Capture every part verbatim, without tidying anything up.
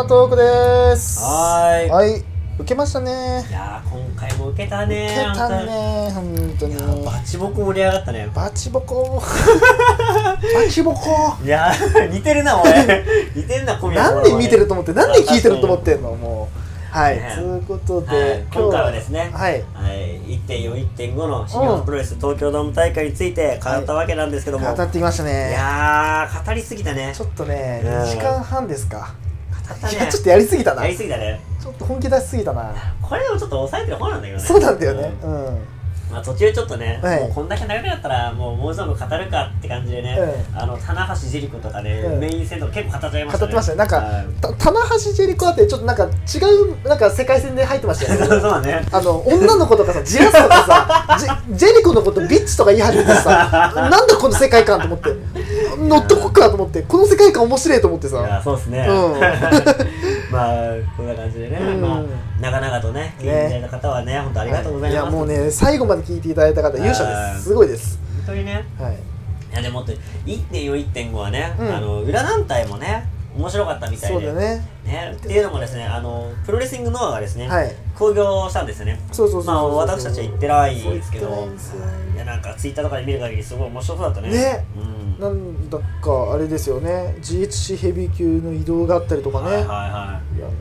なトークです。 はーい。 はい。受けましたね。 いやー今回も受けたね。 受けたね。本当に。いやバチボコ盛り上がったね。 バチボコ。バチボコ。 いやー似てるな俺。似てるな小宮。 なんで見てると思って、なんで聞いてると思ってんのもう。はい、 ね、 ということで、 はい、今回はですね、 はいはい、いってんよん、いってんご の新日本プロレス東京ドーム大会について語ったわけなんですけども、 はい、語ってきましたね。 いやー語りすぎたね。 ちょっとね、 うん、 にじかんはんですか。 語ったね。 いやちょっとやりすぎたな。 やりすぎたね。 ちょっと本気出しすぎたな。 これでもちょっと抑えてる方なんだけどね。 そうなんだよね。うん。うんまあ、途中ちょっとね、 はい、 もうこんだけ長くなったらもうもう一度語るかって感じでね、うん、あの棚橋ジェリコとかね、うん、メイン戦とか結構語っちゃいましたね。 語ってましたね。なんか、はい、棚橋ジェリコだってちょっとなんか違うなんか世界線で入ってましたよね。 そうだね。 あの女の子とかさ、ジラスとかさジ、ジェリコのことビッチとか言い始めてさ、なんだこの世界観と思って、乗っとこっかと思って、この世界観面白いと思ってさ。 いやそうですね。うん、まあこんな感じでね、うん、まあ長々とね聞いていただいた方はね、本当ありがとうございます。 いやもうね最後まで聞いていただいた方優勝です。すごいです。 本当にね。はい。いやでもっと いってんよん、いってんご はね、うん、あの裏団体もね面白かったみたいで。そうだね。ねっていうのもですね、あのプロレスリングノアがですね、はい、興行したんですよね。そうそうそうそう。まあ私たちは行ってないんですけど、いやなんかツイッターとかで見る限りすごい面白そうだったね。ね。うん、なんだかあれですよね。ジーエイチシー ヘビー級の移動があったりとかね。はいはいはい。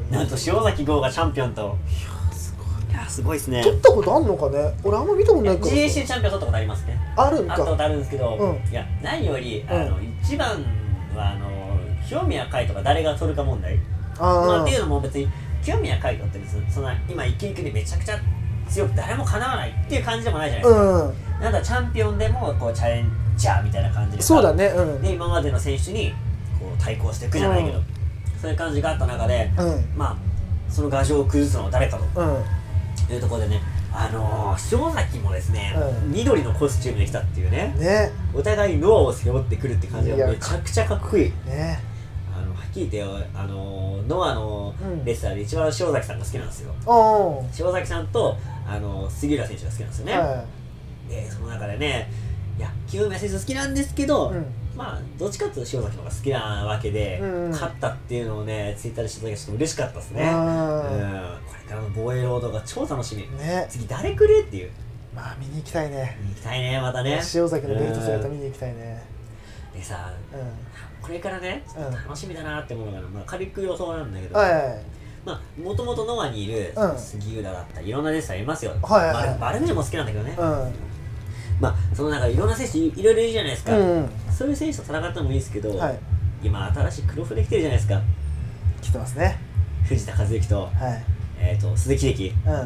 なんと塩崎豪がチャンピオンと。いやすごいですね。 取ったことあんのかね。俺あんま見たことないから。 ジーエイチシー チャンピオン取ったことありますね。 あるんか。 あったことあるんですけど、うん、いや何よりあの、うん、一番はあの清宮海斗が誰が取るか問題。あ、まあ、っていうのも別に清宮海斗って別にそんな今イケイケでめちゃくちゃ強く誰もかなわないっていう感じでもないじゃないですか。うん、なんだチャンピオンでもこうチャレンジャーみたいな感じで。 そうだね。うん、 で今までの選手にこう対抗していくじゃないけど、うん、そういう感じがあった中で、うん、まあその牙城を崩すのは誰かと。うんというところでね、あのー、塩崎もですね、うん、緑のコスチュームで来たっていうね、ねお互いノアを背負ってくるって感じがめちゃくちゃかっこいい。ね、あのはっきり言って、あのー、ノアのレスラーで一番塩崎さんが好きなんですよ。うん、塩崎さんと、あのー、杉浦選手が好きなんですよね。はい、でその中でね、いや清宮選手好きなんですけど、うん、まあどっちかっていうと塩崎の方が好きなわけで、うん、勝ったっていうのをねツイッターで知った時はちょっと嬉しかったですね。うん、これからの防衛ロードが超楽しみ、ね、次誰来るっていう。 まあ見に行きたいね。 見に行きたいねまたね。 塩崎のベルト姿見に行きたいね。 でさ、うん、これからね楽しみだなって思うのが、まあ、軽く予想なんだけど、まあもともとノアにいる杉浦だったりいろんなレスラーいますよ。バルミューも好きなんだけどね。うんまあその中いろんな選手いろいろいるじゃないですか、うん、そういう選手と戦ってもいいですけど、はい、今新しい黒船来てるじゃないですか。 来てますね。 藤田和幸と、はいえー、と鈴木力、うん、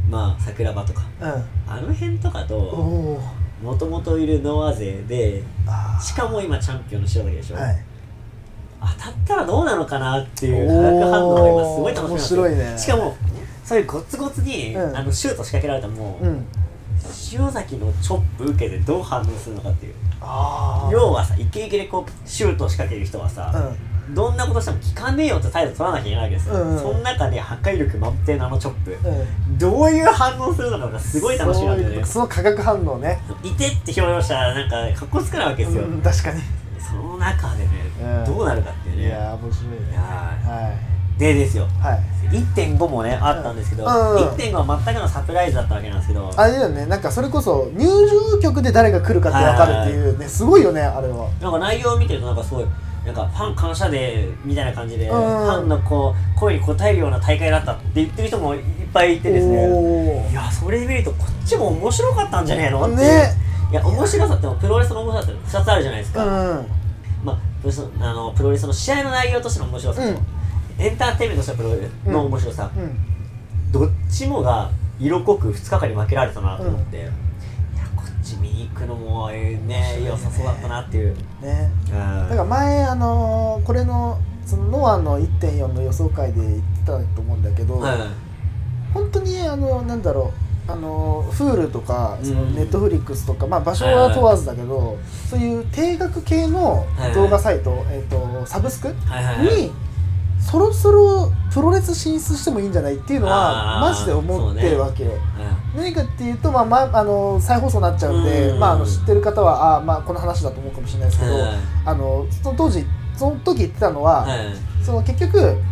まあ桜庭とか、うん、あの辺とかともともといるノア勢でしかも今チャンピオンの塩崎でしょ、はい、当たったらどうなのかなっていう化学反応が今すごい楽しみなんですよ。面白いね。しかもそういうゴツゴツに、うん、あのシュート仕掛けられたらもう、うん塩崎のチョップ受けてどう反応するのかっていう。あ要はさイケイケでこうシュートを仕掛ける人はさ、うん、どんなことしても効かねえよって態度取らなきゃいけないわけですよ、うんうん、その中で破壊力満点のあのチョップ、うん、どういう反応するのかがすごい楽しみなんだよね。 その化学反応ね。 いてって表現したらなんかかっこつかないわけですよ、 うん、確かに。 その中でね、うん、どうなるかっていうね。 いやー面白いね。いやはいでですよ、はい、いってんご もねあったんですけど、うん、いってんご は全くのサプライズだったわけなんですけど、 あれだよね、なんかそれこそ入場曲で誰が来るかって分かるっていうね、すごいよねあれは。 なんか内容を見てるとなんかすごいなんかファン感謝デーみたいな感じで、うん、ファンのこう声に応えるような大会だったって言ってる人もいっぱいいてですね、いやそれ見るとこっちも面白かったんじゃねえのって、ね、いや面白さってもプロレスの面白さってふたつあるじゃないですか、うんまあ、プロレスのあのプロレスの試合の内容としての面白さと、うんエンターテインメントしたプロレスの面白さ、うんうん、どっちもが色濃くふつかかんに分けられたなと思って、うん、いやこっち見に行くのもね良さそうだったなっていうね、うん、 だから前あのー、これのそのノアの いってんよん の予想会で言ってたと思うんだけど、はい、本当にあのなんだろうあの Hulu とかその Netflix とか、うん、まあ場所は問わずだけど、はいはい、そういう定額系の動画サイト、はいはいえー、とサブスクに、はいはいはいそろそろプロレス進出してもいいんじゃないっていうのはマジで思ってるわけ、ねうん、何かっていうと、まあまあ、あの再放送になっちゃうんで、うんまあ、あの知ってる方はあ、まあ、この話だと思うかもしれないですけど、うん、あのその当時その時言ってたのは、うん、その結局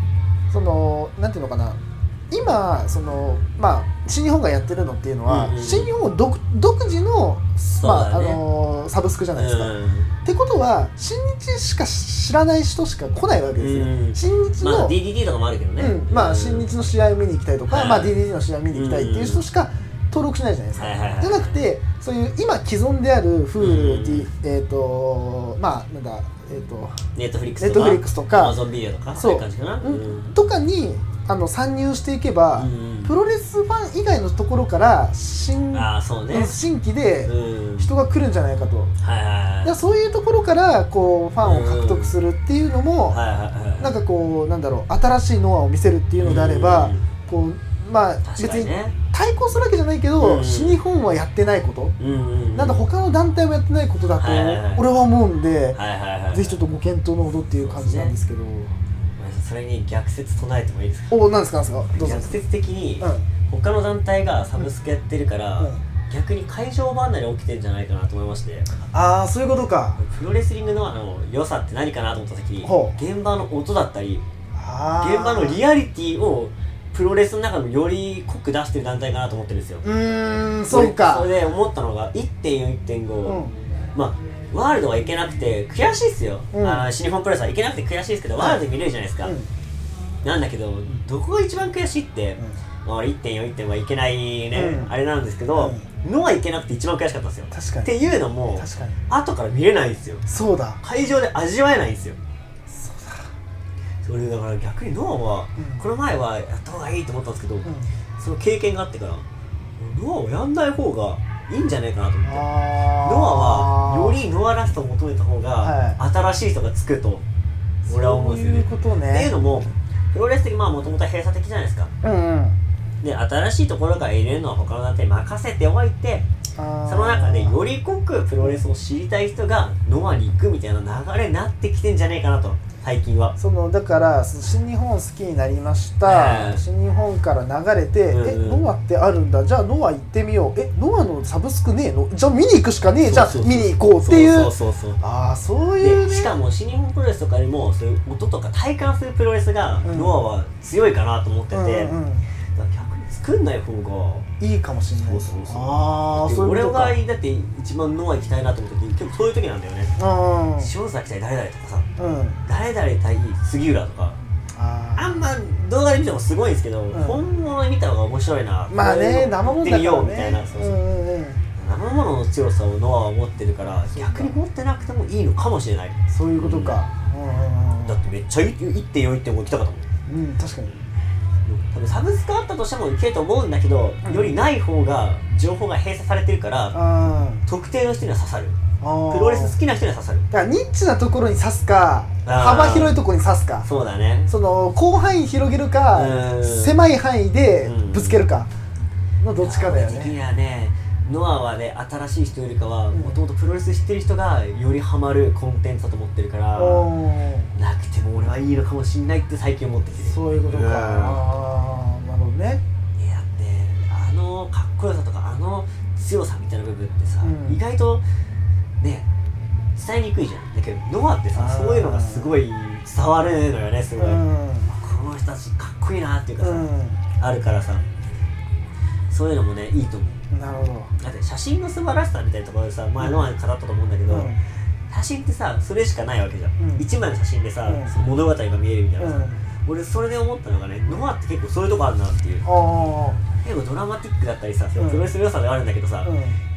そのなんていうのかな、今そのまあ新日本がやってるのっていうのは、うんうん、新日本独独自の、まああのー、サブスクじゃないですか、うん、ってことは新日しか知らない人しか来ないわけですよ、うん、新日の、 まあ、ディーディーディー とかもあるけどね、 うん、まあ新日の試合を見に行きたいとか、うん、まあ、ディーディーディー の試合を見に行きたいっていう人しか登録しないじゃないですか、はいはいはい、じゃなくてそういう今既存である Hulu、うん、えっ、ー、とまあなんだえっ、ー、とネットフリックスとか Amazon ビデオとかそういう感じかな、 うん、とかにあの参入していけば、うん、プロレスファン以外のところから新、 あそうね、 新規で人が来るんじゃないかと、うんはいはいはい、だそういうところからこうファンを獲得するっていうのも、うんはいはいはい、なんかこうなんだろう新しいノアを見せるっていうのであれば、うん、こうまあ別に対抗するわけじゃないけど、うん、新日本はやってないこと、うんうん、なんか他の団体もやってないことだと俺は思うんで、はいはいはい、ぜひちょっとご検討のほどっていう感じなんですけど、 それに逆説唱えてもいいですか？ お、なんですか、なんですか？どうぞ。 逆説的に、うん、他の団体がサブスクやってるから、うん、逆に会場離れ起きてるんじゃないかなと思いまして。 ああ、そういうことか。 プロレスリングのあの良さって何かなと思った時に、現場の音だったり、現場のリアリティをプロレスの中のより濃く出してる団体かなと思ってるんですよ。 うーん、そうか。 それで思ったのが いってんよん、いってんご、うん、まあワールドは行けなくて悔しいっすよ、うん、あ新日本プロレスは行けなくて悔しいですけど、ワールド見れるじゃないですか、うん、なんだけどどこが一番悔しいって、うんまあ、いってんよん、いってんご はいけないね、うん、あれなんですけど、うん、のは行けなくて一番悔しかったんですよ。 確かに。 っていうのも確かに後から見れないんですよ。 そうだ、 会場で味わえないんですよ。 そうだ。 それだから逆にノアは、うん、この前はやった方がいいと思ったんですけど、うん、その経験があってからノアをやんない方がいいんじゃないかなと思って、ノアはよりノアらしさを求めた方が、はい、新しい人がつくと俺は思うんですよね。 そういうことね。 っていうのもプロレス的まあもともと閉鎖的じゃないですか、うんうん、で新しいところから入れるのは他の団体に任せておいて、その中でより濃くプロレスを知りたい人がノアに行くみたいな流れになってきてんじゃねえかなと最近は。 そのだから新日本好きになりました、えー、新日本から流れて、うんうん、えノアってあるんだ、じゃあノア行ってみよう、えノアのサブスクねえの、じゃあ見に行くしかねえ、じゃあ見に行こうっていう、そうそうそうそう、ああそういう、ね、 しかも新日本プロレスとかよりもそういう音とか体感するプロレスが、うん、ノアは強いかなと思ってて、うんうんうん、だから逆に作んない方がいいかもしれない。 そうそうそう。ああ、そういうことか。俺がだって一番ノア行きたいなと思う時、結構そういう時なんだよね。うん。塩崎対誰々とかさ、うん、誰々対杉浦とか、あ, あんま動画で見てもすごいんですけど、うん、本物で見た方が面白いな。 まあね、生ものだからね。 みようみたいな。そうそう。うんうんうん、生ものの強さをノアは持ってるから、逆に持ってなくてもいいのかもしれない。 そういうことか。 うんうんうん、だってめっちゃ いってんよん、いってんご 行きたかったもん。うん、確かに。 多分サブスクあったとしてもいけると思うんだけど、うん、よりない方が情報が閉鎖されてるから、うん、特定の人には刺さる。プロレス好きな人には刺さる。 だからニッチなところに刺すか、幅広いところに刺すか、 そうだね、 その広範囲広げるか、狭い範囲でぶつけるかのどっちかだよね。 的にはね、ノアはね、新しい人よりかはもともとプロレス知ってる人がよりハマるコンテンツだと思ってるから、なくても俺はいいのかもしんないって最近思ってきてる。 そういうことか、うん、ああなるほどね。 いやだってあのかっこよさとかあの強さみたいな部分ってさ、うん、意外とね伝えにくいじゃん。だけどノアってさ、そういうのがすごい伝わるのよね。すごい、うん、この人たちかっこいいなっていうかさ、うん、あるからさ、そういうのもねいいと思う。 なるほど。 だって写真の素晴らしさみたいなところでさ、前ノアに語ったと思うんだけど、うん、写真ってさそれしかないわけじゃん、うん、一枚の写真でさ、うん、その物語が見えるみたいなさ、うん、俺それで思ったのがね、ノアって結構そういうとこあるなっていう。結構ドラマティックだったりさ、プロレスの良さではあるんだけどさ、うん、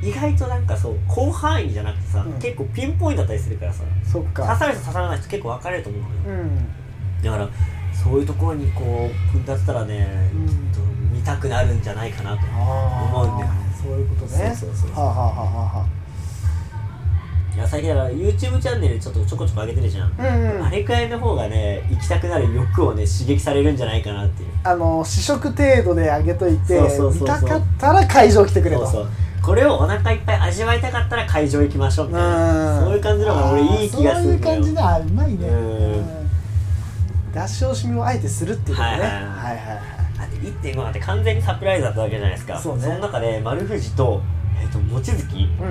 意外となんかそう広範囲じゃなくてさ、うん、結構ピンポイントだったりするからさ、そっか、刺さる人刺さらない人結構分かれると思うのよ、うん、だからそういうところにこう組んだったらね、うん、きっと見たくなるんじゃないかなと思うんだよ。 そういうことね。 そうそうそうそう。 はあ、はあはあはあ、 いや最近だから YouTube チャンネルちょっとちょこちょこ上げてるじゃん、うんうん、あれくらいの方がね行きたくなる欲をね刺激されるんじゃないかなっていう。 あの試食程度で上げといて、見たかったら会場来てくれと。そうそう、 これをお腹いっぱい味わいたかったら会場行きましょうみたいな、そういう感じの方が俺いい気がするんだよ。 そういう感じだ、うまいね。出し惜しみをあえてするっていうことね。はいはいはい、 だって いってんご なんて完全にサプライズだったわけじゃないですか。そうね、その中で丸藤とえー、と望月、うん、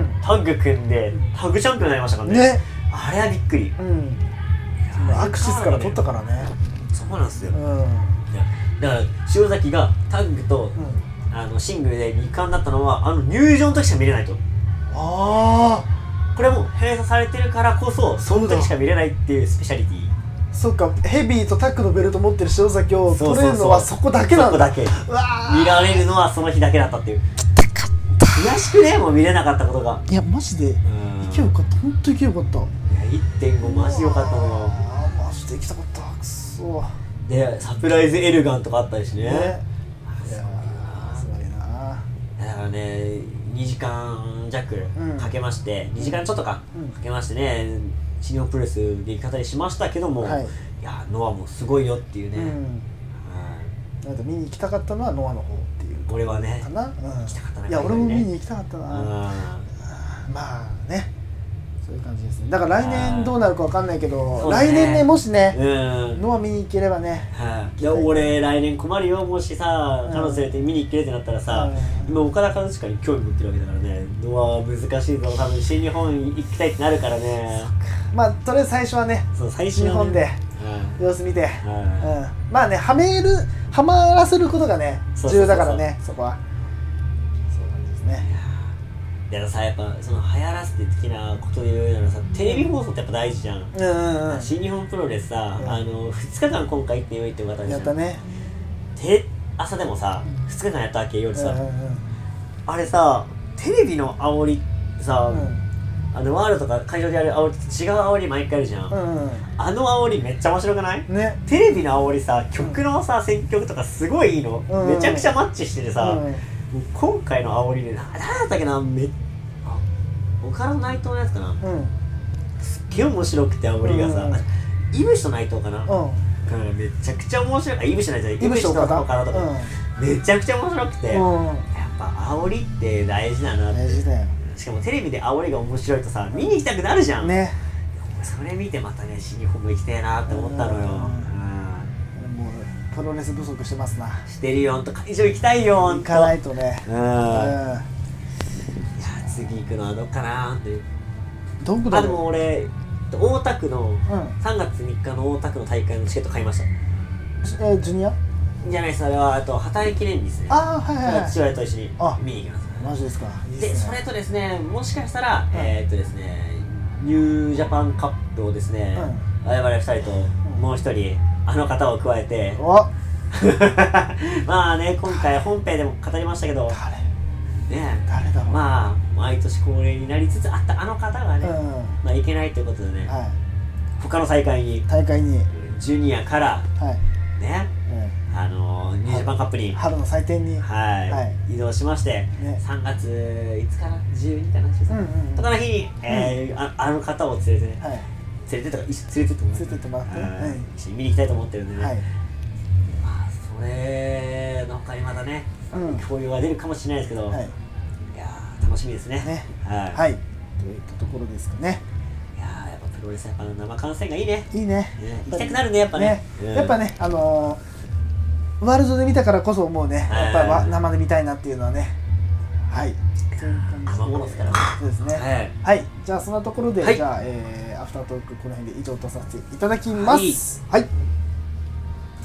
タッグ組んでタッグチャンピオンになりましたから ね, ねあれはびっくり、うん、 アクシスから取ったからね。 そうなんですよ、 うんだから塩崎がタッグと、うん、あのシングルでに冠だったのはあの入場の時しか見れないと。 ああこれはもう閉鎖されてるからこそその時しか見れないっていうスペシャリティ。 そっか、ヘビーとタッグのベルト持ってる塩崎を取れるのはそこだけなんだ。 そこだけ。うわ見られるのはその日だけだったっていう。悔しくねもう見れなかったことが。 いやマジで勢いよかった、本当に勢いよかった。いやいってんご マジよかったのよ。 あマジで行きたかった。くそでサプライズエルガンとかあったりしね。ねいやすごいな。 だからねにじかん弱かけまして、うん、にじかんちょっとか、うん、かけましてね新日本プロレスで行き方にしましたけども、はい、いやノアもすごいよっていうね、うん、 なんか見に行きたかったのはノアの方っていう俺はねかな、うん、 行きたかったな。 いや俺も見に行きたかったな。まあねそういう感じですね。だから来年どうなるかわかんないけど、ね、来年ねもしね、うん、ノア見に行ければね、 はい、いや俺来年困るよもしさ、うん、彼女連れて見に行けるってなったらさ、うん、今岡田和親に興味持ってるわけだからね。ノア難しいぞ多分新日本行きたいってなるからね。 まあとりあえず最初はねそう最初はね日本で様子見て、うんうん、まあねはめるはまらせることがね重要だからねそこはそうなんですね。 いやさやっぱその流行らせて的なことで言うならさテレビ放送ってやっぱ大事じゃん、うんうんうん、新日本プロレスさ、うん、あのふつかかん今回行ってよいって方じゃん。 やったね。 テ朝でもさふつかかんやったわけ夜さ、うんうんうん、あれさテレビの煽りさ、うん、あのワールドとか会場でやる煽りと違う煽り毎回あるじゃん、うんうん、あの煽りめっちゃ面白くない、ね、テレビの煽りさ曲のさ、うん、選曲とかすごいいいの、うんうん、めちゃくちゃマッチしててさ、うんうん、今回の煽りで何だったっけなめ岡田内藤のやつかな、うん、すっげえ面白くて煽りがさ、うんうん、イブシと内藤かな、うん、めちゃくちゃ面白い。あイブシと内藤イブシと岡田とか、うん、めちゃくちゃ面白くて、うん、やっぱ煽りって大事だなって。 大事だよ。 しかもテレビで煽りが面白いとさ見に行きたくなるじゃんね。 それ見てまたね新日本も行きたいなって思ったのよ。うん、もうプロレス不足してますな。 してるよ。んと会場行きたいよ。 行かないとね。うん。うん次行くのはどっかなーって。 どこだろう。 あでも俺大田区の、うん、さんがつみっかの大田区の大会のチケット買いました。 えー、ジュニアじゃないそれはあと旗揚記念日ですね。 ああはいはい、はい、 父親と一緒に見に行きます。 マジですか。いいで、ね、それとですねもしかしたら、うん、えー、っとですねニュージャパンカップをですね、うん、我々ふたりともう一人、うん、あの方を加えてまあね今回本編でも語りましたけど誰ね誰だろう。 まあ毎年恒例になりつつあったあの方がね、うん、まあいけないということでね、はい、他の大会に大会にジュニアから、はい、ね、うん、あのニュージャパンカップに春の祭典に、 はいはい、移動しまして、ね、さんがついつかなじゅうにかなじゅうさん、うんうん、とかの日に、えーうん、あ, あの方を連れてね、はい、連れてとか連れてってもらって連れてってもらって、はい、一緒に見に行きたいと思ってるんでね、はい、まあそれの他にまたね、うん、共有が出るかもしれないですけど、はい、いや楽しみですね。ね、はい、はい、 といったところですかね。 いややっぱプロレスやっぱ生観戦がいいね。 いいね。 ね行きたくなるねやっぱね。ねうん、やっぱねあのー、ワールドで見たからこそ思うね。やっぱり生で見たいなっていうのはね。はい。 生ものですからね。 そうですね。はい。はい、じゃあそんなところで、はい、じゃあ、えー、アフタートークこの辺で以上とさせていただきます。はい。はい